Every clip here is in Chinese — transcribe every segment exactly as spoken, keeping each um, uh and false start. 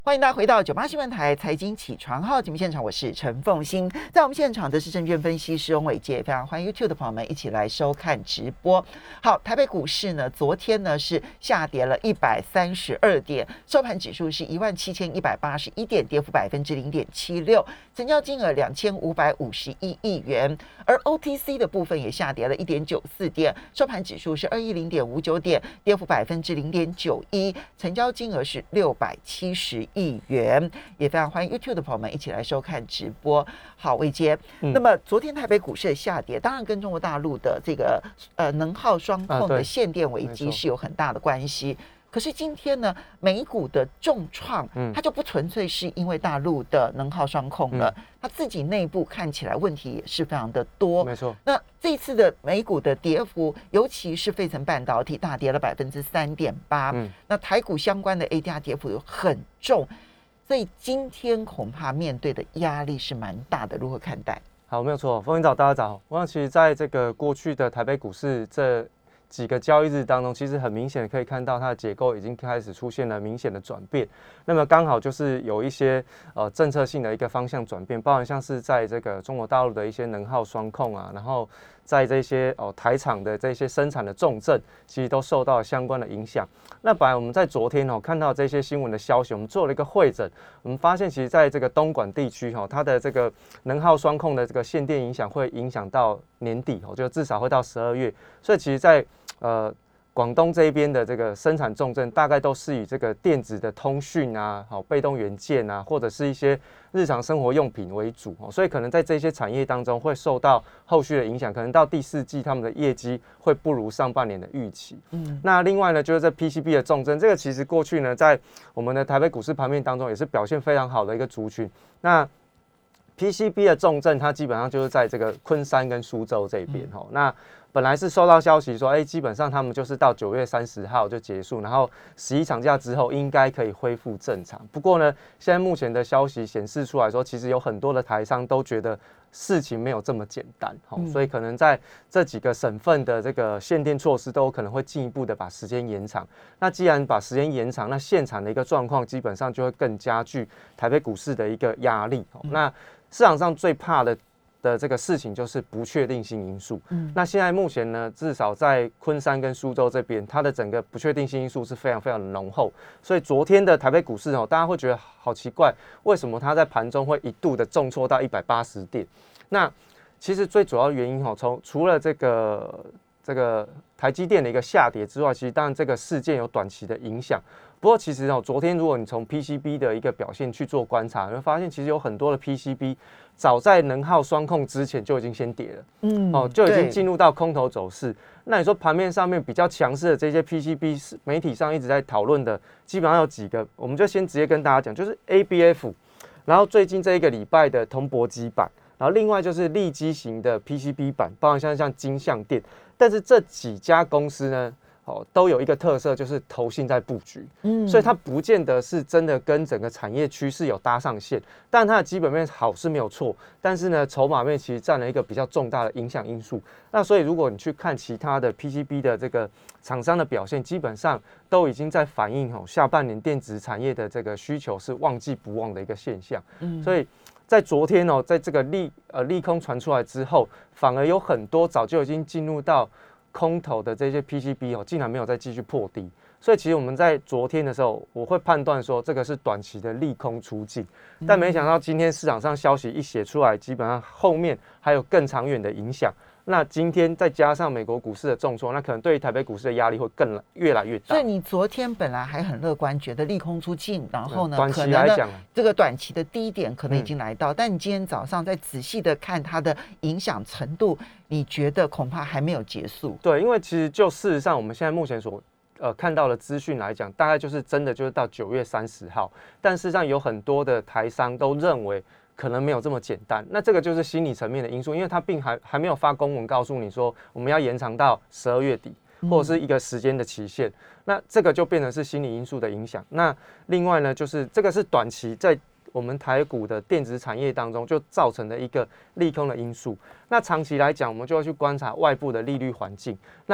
欢迎大家回到九八新闻台财经起床号节目现场，我是陈凤馨。在我们现场的是证券分析师翁伟杰，非常欢迎 YouTube 的朋友们一起来收看直播。好，台北股市呢，昨天呢是下跌了一百三十二点，收盘指数是一万七千一百八十一点，跌幅百分之零点七六，成交金额两千五百五十一亿元。而 O T C 的部分也下跌了一点九四点，收盘指数是二一零点五九点，跌幅百分之零点九一，成交金额是六百七十亿元。也非常欢迎 YouTube 的朋友们一起来收看直播。好，伟杰、嗯，那么昨天台北股市的下跌，当然跟中国大陆的这个呃能耗双控的限电危机是有很大的关系。可是今天呢，美股的重创，它就不纯粹是因为大陆的能耗双控了，嗯、它自己内部看起来问题也是非常的多。 没错。 那这次的美股的跌幅，尤其是费城半导体大跌了百分之三点八，那台股相关的 A D R 跌幅又很重，所以今天恐怕面对的压力是蛮大的。如何看待？ 好，没有错。风云早，大家早。我想，其实在这个过去的台北股市这几个交易日当中，其实很明显的可以看到它的结构已经开始出现了明显的转变。那么刚好就是有一些呃政策性的一个方向转变，包含像是在这个中国大陆的一些能耗双控啊，然后在这些哦台厂的这些生产的重镇，其实都受到了相关的影响。那本来我们在昨天哦看到这些新闻的消息，我们做了一个汇整，我们发现其实在这个东莞地区哈、哦，它的这个能耗双控的这个限电影响会影响到年底哦，就至少会到十二月。所以其实在呃，广东这一边的这个生产重镇，大概都是以这个电子的通讯啊、好被动元件啊，或者是一些日常生活用品为主哦，所以可能在这些产业当中会受到后续的影响，可能到第四季他们的业绩会不如上半年的预期。嗯，那另外呢，就是这 P C B 的重镇，这个其实过去呢，在我们的台北股市盘面当中也是表现非常好的一个族群。那 P C B 的重镇，它基本上就是在这个昆山跟苏州这边哦。那本来是收到消息说，哎，基本上他们就是到九月三十号就结束，然后十一长假之后应该可以恢复正常。不过呢，现在目前的消息显示出来说，其实有很多的台商都觉得事情没有这么简单，哦嗯、所以可能在这几个省份的这个限电措施都有可能会进一步的把时间延长。那既然把时间延长，那现场的一个状况基本上就会更加剧台北股市的一个压力。哦、那市场上最怕的。的这个事情就是不确定性因素。嗯，那现在目前呢，至少在昆山跟苏州这边，它的整个不确定性因素是非常非常的浓厚。所以昨天的台北股市哦，大家会觉得好奇怪，为什么它在盘中会一度的重挫到一百八十点？那其实最主要原因哦，从除了这个这个台积电的一个下跌之外，其实当然这个事件有短期的影响。不过其实哦，昨天如果你从 P C B 的一个表现去做观察，你会发现其实有很多的 P C B 早在能耗双控之前就已经先跌了，嗯，哦，就已经进入到空头走势。那你说盘面上面比较强势的这些 P C B， 媒体上一直在讨论的，基本上有几个，我们就先直接跟大家讲，就是 A B F， 然后最近这一个礼拜的铜箔基板，然后另外就是立基型的 P C B 板，包含像像金像电，但是这几家公司呢，哦，都有一个特色，就是投信在布局，嗯，所以它不见得是真的跟整个产业趋势有搭上线，但它的基本面好是没有错，但是呢，筹码面其实占了一个比较重大的影响因素。那所以如果你去看其他的 P C B 的这个厂商的表现，基本上都已经在反映哦，下半年电子产业的这个需求是旺季不旺的一个现象，嗯，所以。在昨天哦，在这个利呃利空传出来之后，反而有很多早就已经进入到空头的这些 P C B 哦，竟然没有再继续破低，所以其实我们在昨天的时候，我会判断说这个是短期的利空出尽，但没想到今天市场上消息一写出来，基本上后面还有更长远的影响。那今天再加上美国股市的重挫，那可能对于台北股市的压力会更越来越大。 所以你昨天本来还很乐观，觉得利空出尽，然后呢， 短期来讲， 这个短期的低点可能已经来到，嗯、但你今天早上再仔细的看它的影响程度，你觉得恐怕还没有结束。 对，因为其实就事实上，我们现在目前所呃看到的资讯来讲，大概就是真的就是到九月三十号，但事实上有很多的台商都认为。可能没有这么简单，那这个就是心理层面的因素，因为他并还还没有发公文告诉你说我们要延长到十二月底，或者是一个时间的期限，嗯、那这个就变成是心理因素的影响。那另外呢，就是这个是短期在我们台股的电子产业当中就造成的一个利空的因素。那长期来讲，我们就要去观察外部的利率环境。那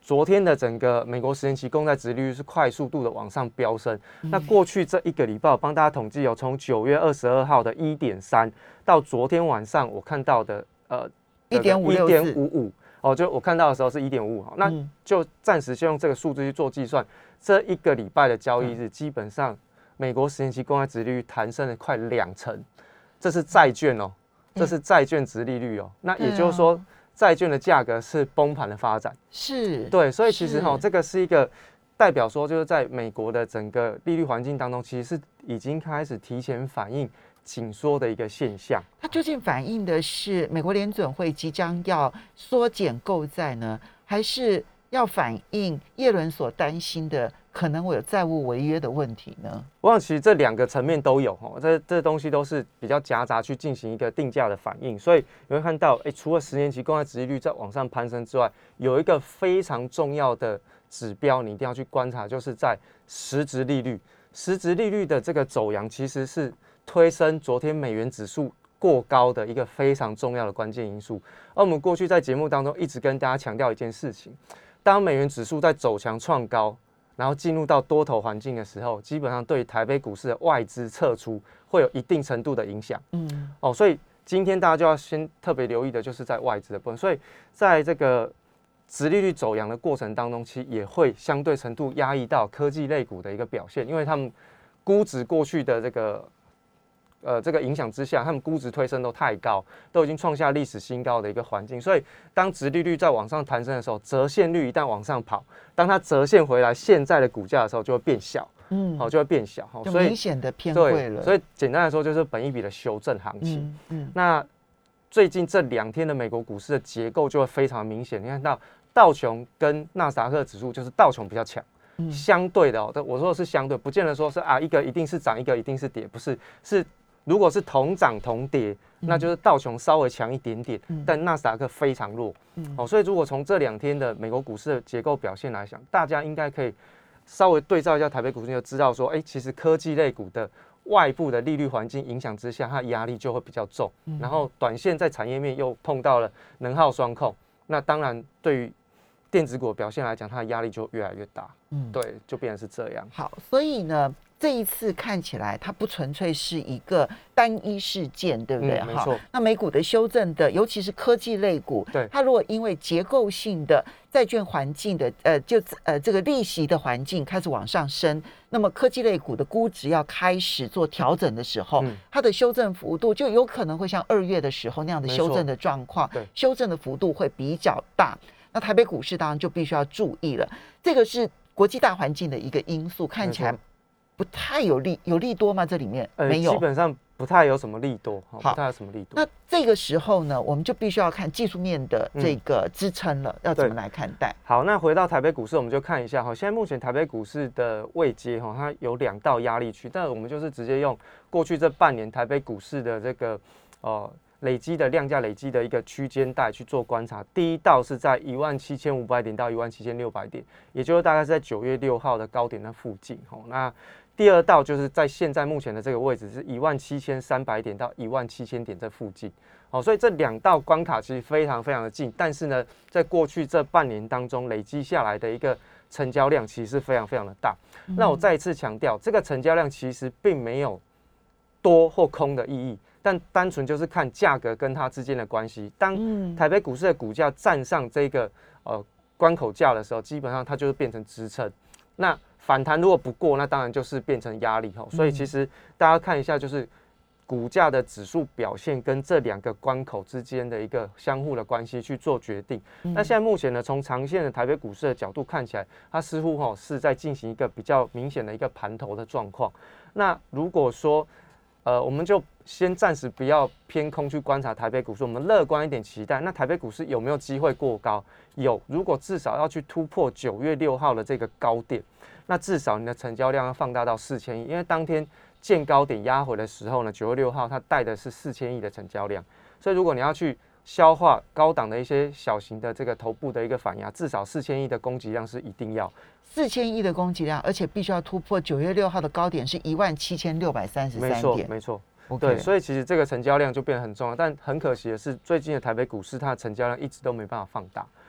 昨天的整个美国十年期公债殖利率是快速度的往上飙升。嗯、那过去这一个礼拜，我帮大家统计有从九月二十二号的一点三到昨天晚上我看到的呃一点五六四五哦，就我看到的时候是一点五五，那就暂时先用这个数字去做计算。这一个礼拜的交易日，基本上美国十年期公债殖利率弹升了快两成，这是债券哦，这是债券殖利率哦。那也就是说。债券的价格是崩盘的发展， 是对，所以其实哈、哦，这个是一个代表说，就是在美国的整个利率环境当中，其实是已经开始提前反映紧缩的一个现象。 它究竟反映的是美国联准会即将要缩减购债呢，还是要反映耶伦所担心的可能会有债务违约的问题呢？ 我想其实这两个层面都有哦，这这东西都是比较夹杂去进行一个定价的反应，所以你会看到，哎，除了十年期公债殖利率在往上攀升之外，有一个非常重要的指标，你一定要去观察，就是在实质利率。实质利率的这个走扬，其实是推升昨天美元指数过高的一个非常重要的关键因素。而我们过去在节目当中一直跟大家强调一件事情，当美元指数在走强创高，然后进入到多头环境的时候，基本上对台北股市的外资撤出会有一定程度的影响。嗯，哦，所以今天大家就要先特别留意的就是在外资的部分。所以在这个殖利率走扬的过程当中，其实也会相对程度压抑到科技类股的一个表现，因为他们估值过去的这个呃这个影响之下，他们估值推升都太高，都已经创下历史新高的一个环境。所以当殖利率在往上弹升的时候，折现率一旦往上跑，当它折现回来现在的股价的时候，就会变小。嗯，好、哦，就会变小， 就明显的偏贵了。 所以简单来说，就是本益比的修正行情。嗯嗯、那最近这两天的美国股市的结构就会非常明显。你看到道琼跟纳斯达克指数，就是道琼比较强，嗯、相对的哦，我说的是相对，不见得说是啊一个一定是涨，一个一定是跌，不是，是如果是同涨同跌，嗯、那就是道琼稍微强一点点，嗯、但纳斯达克非常弱。嗯、哦，所以如果从这两天的美国股市的结构表现来讲，大家应该可以稍微对照一下台北股市，就知道说，哎，其实科技类股的外部的利率环境影响之下，它压力就会比较重。嗯、然后短线在产业面又碰到了能耗双控，那当然对于电子股的表现来讲，它的压力就越来越大。嗯，对，就变成是这样。 好，所以呢，这一次看起来它不纯粹是一个单一事件，对不对？ 嗯、没错。 那美股的修正的，尤其是科技类股， 对它如果因为结构性的债券环境的呃，就呃这个利息的环境开始往上升，那么科技类股的估值要开始做调整的时候，嗯、它的修正幅度就有可能会像二月的时候那样的修正的状况，修正的幅度会比较大。那台北股市当然就必须要注意了，这个是国际大环境的一个因素，看起来不太有利，有利多吗？这里面、呃、没有， 基本上不太有什么利多，好，不太有什么利多。 那这个时候呢，我们就必须要看技术面的这个支撑了，嗯、要怎么来看待？ 好，那回到台北股市，我们就看一下哈，现在目前台北股市的位阶哈，它有两道压力区，但我们就是直接用过去这半年台北股市的这个呃。累积的量价累积的一个区间带去做观察，第一道是在一万七千五百点到一万七千六百点，也就是大概是在九月六号的高点那附近。那第二道就是在现在目前的这个位置是一万七千三百点到一万七千点这附近。好，所以这两道关卡其实非常非常的近，但是呢，在过去这半年当中累积下来的一个成交量其实是非常非常的大。嗯、那我再一次强调，这个成交量其实并没有多或空的意义。但单纯就是看价格跟它之间的关系。当台北股市的股价站上这个呃关口价的时候，基本上它就是变成支撑。那反弹如果不过，那当然就是变成压力吼。所以其实大家看一下，就是股价的指数表现跟这两个关口之间的一个相互的关系去做决定。嗯、那现在目前呢，从长线的台北股市的角度看起来，它似乎吼是在进行一个比较明显的一个盘头的状况。那如果说呃，我们就先暂时不要偏空去观察台北股市，我们乐观一点期待。那台北股市有没有机会过高？有，如果至少要去突破九月六号的这个高点，那至少你的成交量要放大到四千亿，因为当天见高点压回的时候呢，九月六号它带的是四千亿的成交量，所以如果你要去消化高档的一些小型的这个头部的一个反压，至少四千亿的供给量是一定要。 四千亿的供给量，而且必须要突破九月六号的高点是一万七千六百三十三点。 没错，没错。 Okay. 对，所以其实这个成交量就变得很重要，但很可惜的是，最近的台北股市它的成交量一直都没办法放大。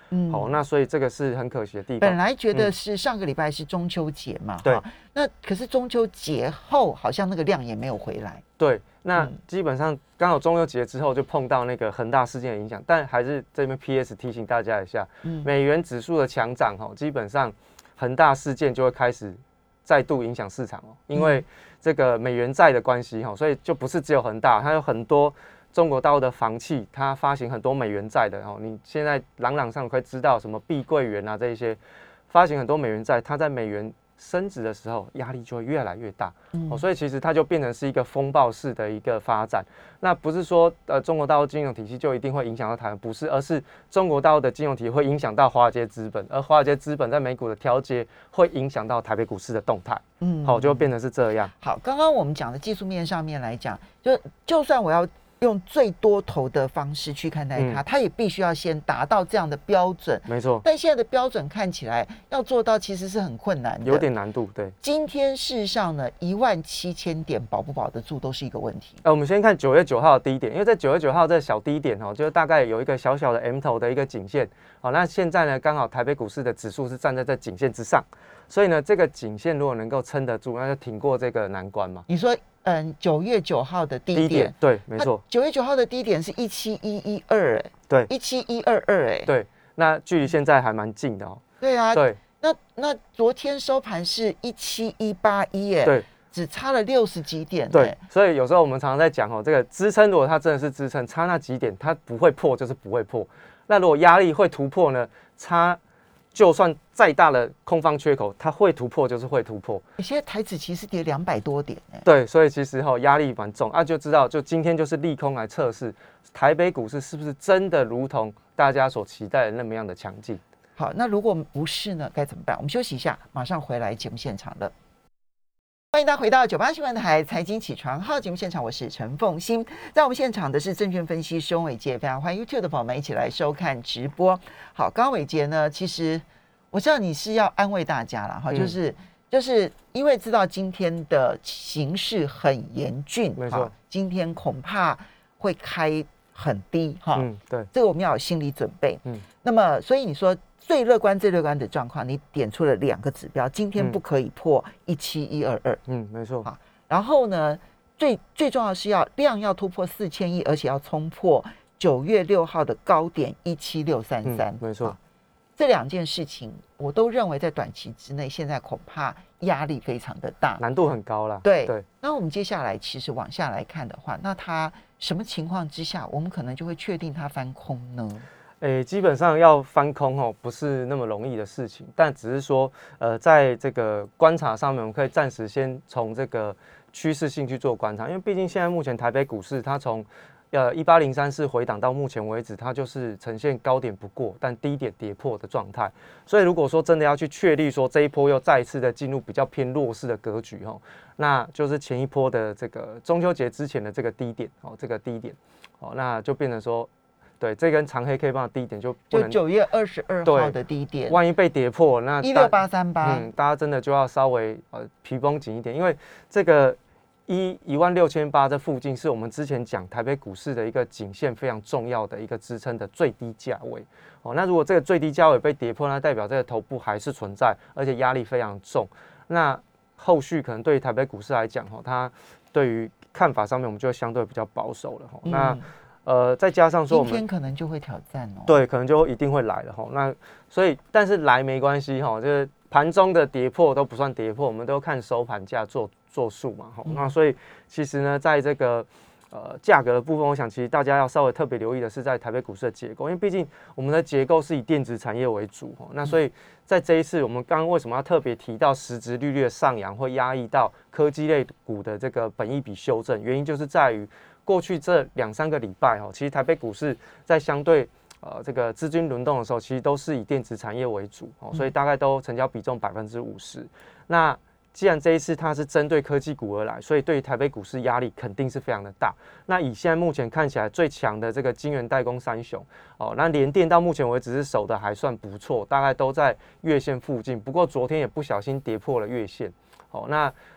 嗯，好，那所以这个是很可惜的地方。 本来觉得是上个礼拜是中秋节嘛，对、嗯，那可是中秋节后好像那个量也没有回来。 对，那基本上刚好中秋节之后就碰到那个恒大事件的影响，但还是这边 P S 提醒大家一下，嗯、美元指数的强涨哈，基本上恒大事件就会开始再度影响市场哦，因为这个美元债的关系哈，所以就不是只有恒大，它有很多。中国大陆的房企，它发行很多美元债的哦，你现在朗朗上可以知道什么碧桂园啊这一些发行很多美元债，它在美元升值的时候压力就会越来越大、嗯哦、所以其实它就变成是一个风暴式的一个发展。那不是说呃中国大陆金融体系就一定会影响到台湾，不是，而是中国大陆的金融体系会影响到华尔街资本，而华尔街资本在美股的调节会影响到台北股市的动态。嗯，好，就会变成是这样。 好，刚刚我们讲的技术面上面来讲，就就算我要用最多头的方式去看待它、嗯、它也必须要先达到这样的标准， 没错。 但现在的标准看起来要做到其实是很困难的， 有点难度。对， 今天事实上呢，一万七千点保不保得住都是一个问题。 呃，我们先看九月九号的低点，因为在九月九号这小低点哦，就大概有一个小小的 M 头的一个颈线。好、哦，那现在呢，刚好台北股市的指数是站在这颈线之上，所以呢，这个颈线如果能够撑得住，那就挺过这个难关嘛。 你说。嗯，九月九号的低点， 低点对，没错。 九月九号的低点是一七一一二，哎， 对， 一七一二二，哎， 对，那距离现在还蛮近的哦。 对啊， 对， 那那昨天收盘是一七一八一，哎， 对， 只差了六十几点， 对，所以有时候我们常常在讲哦，这个支撑如果它真的是支撑，差那几点它不会破就是不会破。那如果压力会突破呢，差。就算再大的空方缺口，它会突破就是会突破。 现在台指期是跌两百多点、欸、 对，所以其实哈、哦、压力蛮重啊，就知道就今天就是利空来测试台北股市是不是真的如同大家所期待的那么样的强劲。 好，那如果不是呢，该怎么办？我们休息一下，马上回来节目现场了。欢迎大家回到九八新闻台财经起床号节目现场，我是陈凤馨。在我们现场的是证券分析师翁伟杰，非常欢迎 YouTube 的朋友们一起来收看直播。好，刚刚伟杰呢，其实我知道你是要安慰大家了哈，就是、嗯、就是因为知道今天的形势很严峻， 没错， 今天恐怕会开很低哈， 嗯，对， 这个我们要有心理准备。 嗯， 那么所以你说。最乐观、最乐观的状况，你点出了两个指标，今天不可以破一七一二二， 嗯，没错。 好，然后呢，最最重要的是要量要突破四千亿，而且要冲破九月六号的高点一七六三三， 没错。 这两件事情，我都认为在短期之内，现在恐怕压力非常的大， 难度很高啦。 对对。 那我们接下来其实往下来看的话，那它什么情况之下，我们可能就会确定它翻空呢？ 诶，基本上要翻空哦，不是那么容易的事情，但只是说，呃，在这个观察上面，我们可以暂时先从这个趋势性去做观察，因为毕竟现在目前台北股市它从呃一八零三四回档到目前为止，它就是呈现高点不过，但低点跌破的状态。所以如果说真的要去确立说这一波又再一次的进入比较偏弱势的格局哦，那就是前一波的这个中秋节之前的这个低点哦，这个低点哦，那就变成说。对，这根长黑 K 棒的低点就不能就九月二十二号的低点， 万一被跌破，那一六八三八， 嗯，大家真的就要稍微呃皮绷紧一点，因为这个一一万六千八这附近是我们之前讲台北股市的一个颈线非常重要的一个支撑的最低价位哦。那如果这个最低价位被跌破，那代表这个头部还是存在，而且压力非常重。那后续可能对于台北股市来讲，哈，它对于看法上面我们就相对比较保守了哈。嗯、那呃，再加上说我们今天可能就会挑战哦， 对，可能就一定会来了哈。那所以，但是来没关系哈，就是盘中的跌破都不算跌破，我们都看收盘价做做数嘛哈。嗯、那所以其实呢，在这个呃价格的部分，我想其实大家要稍微特别留意的是在台北股市的结构，因为毕竟我们的结构是以电子产业为主哈。那所以在这一次，我们刚刚为什么要特别提到实质利率的上扬会压抑到科技类股的这个本益比修正？原因就是在于。过去这两三个礼拜哈，其实台北股市在相对呃这个资金轮动的时候，其实都是以电子产业为主哦，所以大概都成交比重百分之五十。那既然这一次它是针对科技股而来，所以对于台北股市压力肯定是非常的大。那以现在目前看起来最强的这个晶圆代工三雄哦，那联电到目前为止是守的还算不错，大概都在月线附近，不过昨天也不小心跌破了月线哦，那。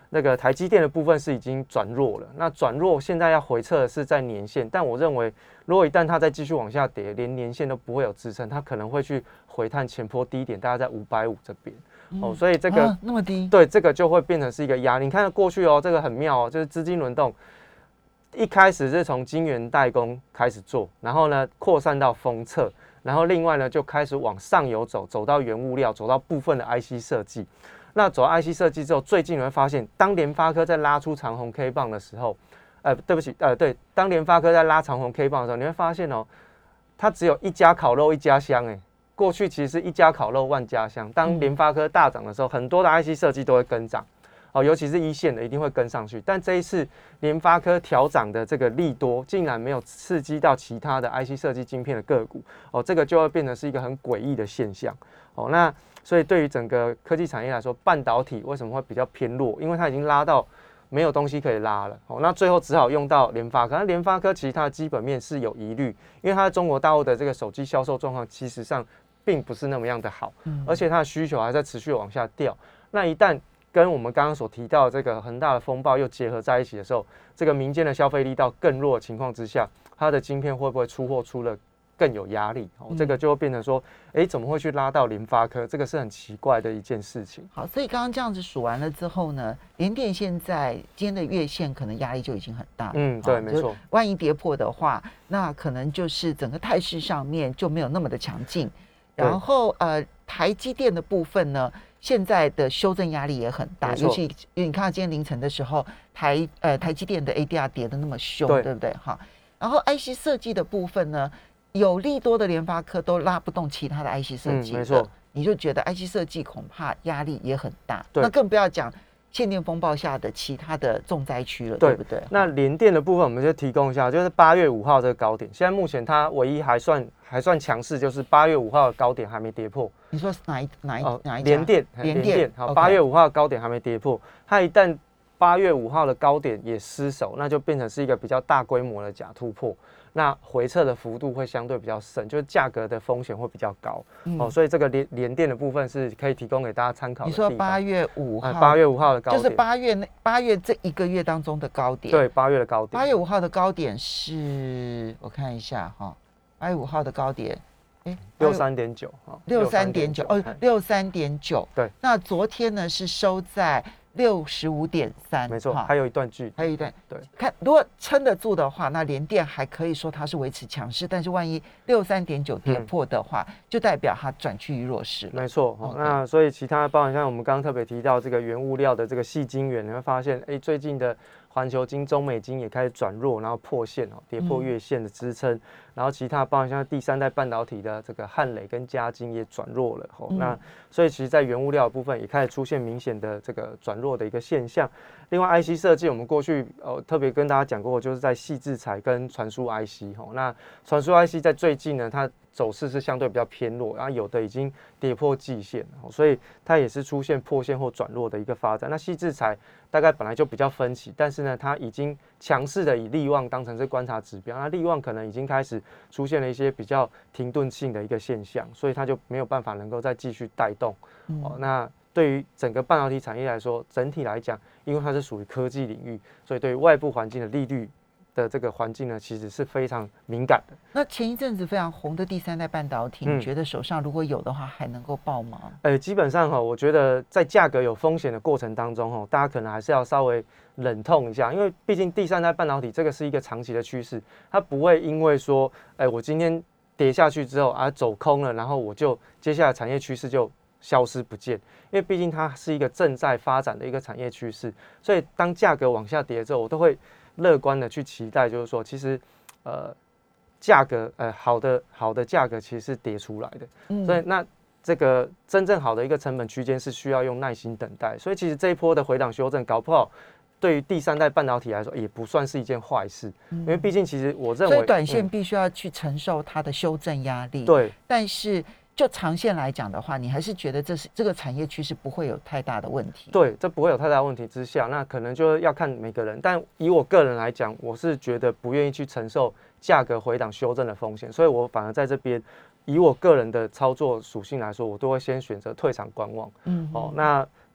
那个台积电的部分是已经转弱了，那转弱现在要回撤的是在年线，但我认为如果一旦它再继续往下跌，连年线都不会有支撑，它可能会去回探前波低点，大概在五百五这边。嗯、哦，所以这个、 啊、那么低， 对，这个就会变成是一个压力。你看过去哦，这个很妙哦，就是资金轮动，一开始是从晶圆代工开始做，然后呢扩散到封测，然后另外呢就开始往上游走，走到原物料，走到部分的 I C 设计。那走到 I C 设计之后，最近你会发现，当联发科在拉出长红 K 棒的时候，呃，对不起，呃，对，当联发科在拉长红 K 棒的时候，你会发现哦，它只有一家烤肉一家香，哎。过去其实是一家烤肉万家香，当联发科大涨的时候，很多的 I C 设计都会跟涨，哦，尤其是一线的一定会跟上去。但这一次联发科调涨的这个利多，竟然没有刺激到其他的 I C 设计晶片的个股，哦，这个就会变成是一个很诡异的现象，哦，那所以对于整个科技产业来说，半导体为什么会比较偏弱？因为它已经拉到没有东西可以拉了，哦，那最后只好用到联发科。那联发科其实它的基本面是有疑虑，因为它在中国大陆的这个手机销售状况，其实上并不是那么样的好，而且它的需求还在持续往下掉。那一旦跟我们刚刚所提到的这个恒大的风暴又结合在一起的时候，这个民间的消费力道更弱的情况之下，它的晶片会不会出货出了更有压力？哦，这个就会变成说，哎，怎么会去拉到联发科？这个是很奇怪的一件事情。 好，所以刚刚这样子数完了之后呢，联电现在今天的月线可能压力就已经很大了。 嗯，对，没错。 万一跌破的话，那可能就是整个态势上面就没有那么的强劲。然后呃，台积电的部分呢，现在的修正压力也很大，尤其因为你看到今天凌晨的时候，台呃台积电的 A D R 跌得那么凶， 对, 对不对？哈，然后 I C 设计的部分呢，有利多的联发科都拉不动其他的 I C 设计，嗯，没错，你就觉得 I C 设计恐怕压力也很大，那更不要讲限电风暴下的其他的重灾区了， 对, 对不对？ 那联电的部分我们就提供一下，就是八月五号这个高点，现在目前它唯一还算还算强势，就是八月五号的高点还没跌破。 你说哪一哪一、哦、哪一联电？联电好，八月五号的高点还没跌破，它一旦八月五号的高点也失守，那就变成是一个比较大规模的假突破。那回撤的幅度会相对比较深，就是价格的风险会比较高，嗯，哦，所以这个联联电的部分是可以提供给大家参考的。 你说八月五号， 八、呃、月五号的高点， 就是八月那八月这一个月当中的高点。 对，八月的高点。 八月五号的高点是，我看一下哈，八月五号的高点， 哎，六三点九， 六三点九，哦，六三点九。 对， 那昨天呢是收在六十五点三， 没错，还有一段距离， 还有一段。 对， 看如果撑得住的话，那联电还可以说它是维持强势，但是万一六三点九跌破的话，嗯，就代表它转趋于弱势了。 没错，哦，那所以其他包含像我们刚刚特别提到这个原物料的这个矽晶圆，你会发现，哎，最近的环球晶、中美晶也开始转弱，然后破线哦，跌破月线的支撑，嗯，然后其他包含像第三代半导体的这个汉磊跟嘉晶也转弱了，哦，嗯，那所以其实在原物料的部分也开始出现明显的这个转弱的一个现象。另外 I C 设计，我们过去呃特别跟大家讲过，就是在矽智财跟传输 I C，哦，那传输 I C 在最近呢，它走势是相对比较偏弱，然后有的已经跌破季线，哦，所以它也是出现破线或转弱的一个发展。那矽智财大概本来就比较分歧，但是呢，它已经强势的以力旺当成是观察指标，那力旺可能已经开始出现了一些比较停顿性的一个现象，所以它就没有办法能够再继续带动，嗯，哦，那对于整个半导体产业来说，整体来讲，因为它是属于科技领域，所以对于外部环境的利率的这个环境呢，其实是非常敏感的。 那前一阵子非常红的第三代半导体，嗯，你觉得手上如果有的话，还能够报吗？ 呃，基本上哈，我觉得在价格有风险的过程当中哈，大家可能还是要稍微忍痛一下，因为毕竟第三代半导体这个是一个长期的趋势，它不会因为说，哎，我今天跌下去之后啊走空了，然后我就接下来产业趋势就消失不见，因为毕竟它是一个正在发展的一个产业趋势，所以当价格往下跌之后，我都会乐观的去期待，就是说，其实呃价格呃好的好的价格其实是跌出来的，嗯，所以那这个真正好的一个成本区间是需要用耐心等待，所以其实这一波的回档修正，搞不好对于第三代半导体来说也不算是一件坏事，嗯，因为毕竟其实我认为， 所以短线必须要去承受它的修正压力， 嗯，对， 但是就长线来讲的话，你还是觉得这是这个产业趋势不会有太大的问题。 对，这不会有太大的问题之下，那可能就要看每个人。但以我个人来讲，我是觉得不愿意去承受价格回档修正的风险，所以我反而在这边，以我个人的操作属性来说，我都会先选择退场观望。嗯，哦，那当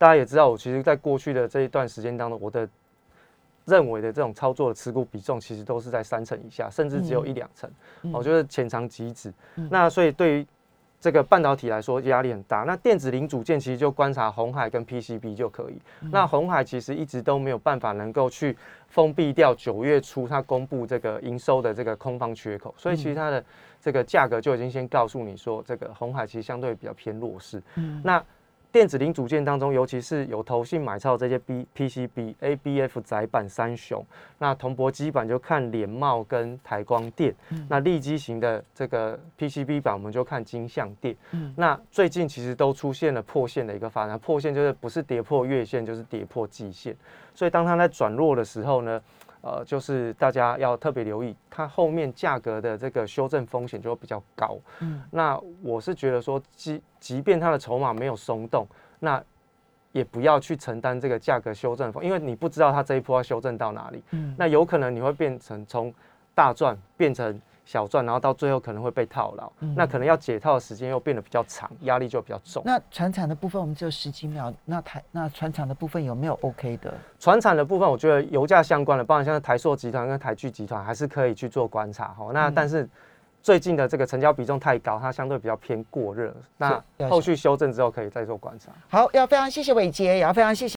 大家也知道，我其实在过去的这一段时间当中，我的认为的这种操作的持股比重，其实都是在三成以下，甚至只有一两成， 嗯我觉得浅尝即止。 嗯那所以对于这个半导体来说压力很大，那电子零组件其实就观察鸿海跟 P C B 就可以。嗯、那鸿海其实一直都没有办法能够去封闭掉九月初它公布这个营收的这个空方缺口，所以其实它的这个价格就已经先告诉你说，这个鸿海其实相对比较偏弱势。嗯、那电子零组件当中，尤其是有投信买超这些 B P C B、A B F 载板三雄，那铜箔基板就看联茂跟台光电，嗯、那利基型的这个 P C B 板我们就看金像电。嗯、那最近其实都出现了破线的一个发展，破线就是不是跌破月线就是跌破季线，所以当它在转弱的时候呢，呃，就是大家要特别留意，它后面价格的这个修正风险就会比较高。嗯，那我是觉得说，即即便它的筹码没有松动，那也不要去承担这个价格修正风，因为你不知道它这一波要修正到哪里。嗯，那有可能你会变成从大赚变成小赚，然后到最后可能会被套牢，嗯、那可能要解套的时间又变得比较长，压力就比较重。 那传产的部分我们只有十几秒，那台那传产的部分有没有 OK 的？ 传产的部分，我觉得油价相关的，包含像台塑集团跟台聚集团，还是可以去做观察哈。那但是最近的这个成交比重太高，它相对比较偏过热，那后续修正之后可以再做观察。 好，要非常谢谢伟捷，也要非常谢谢。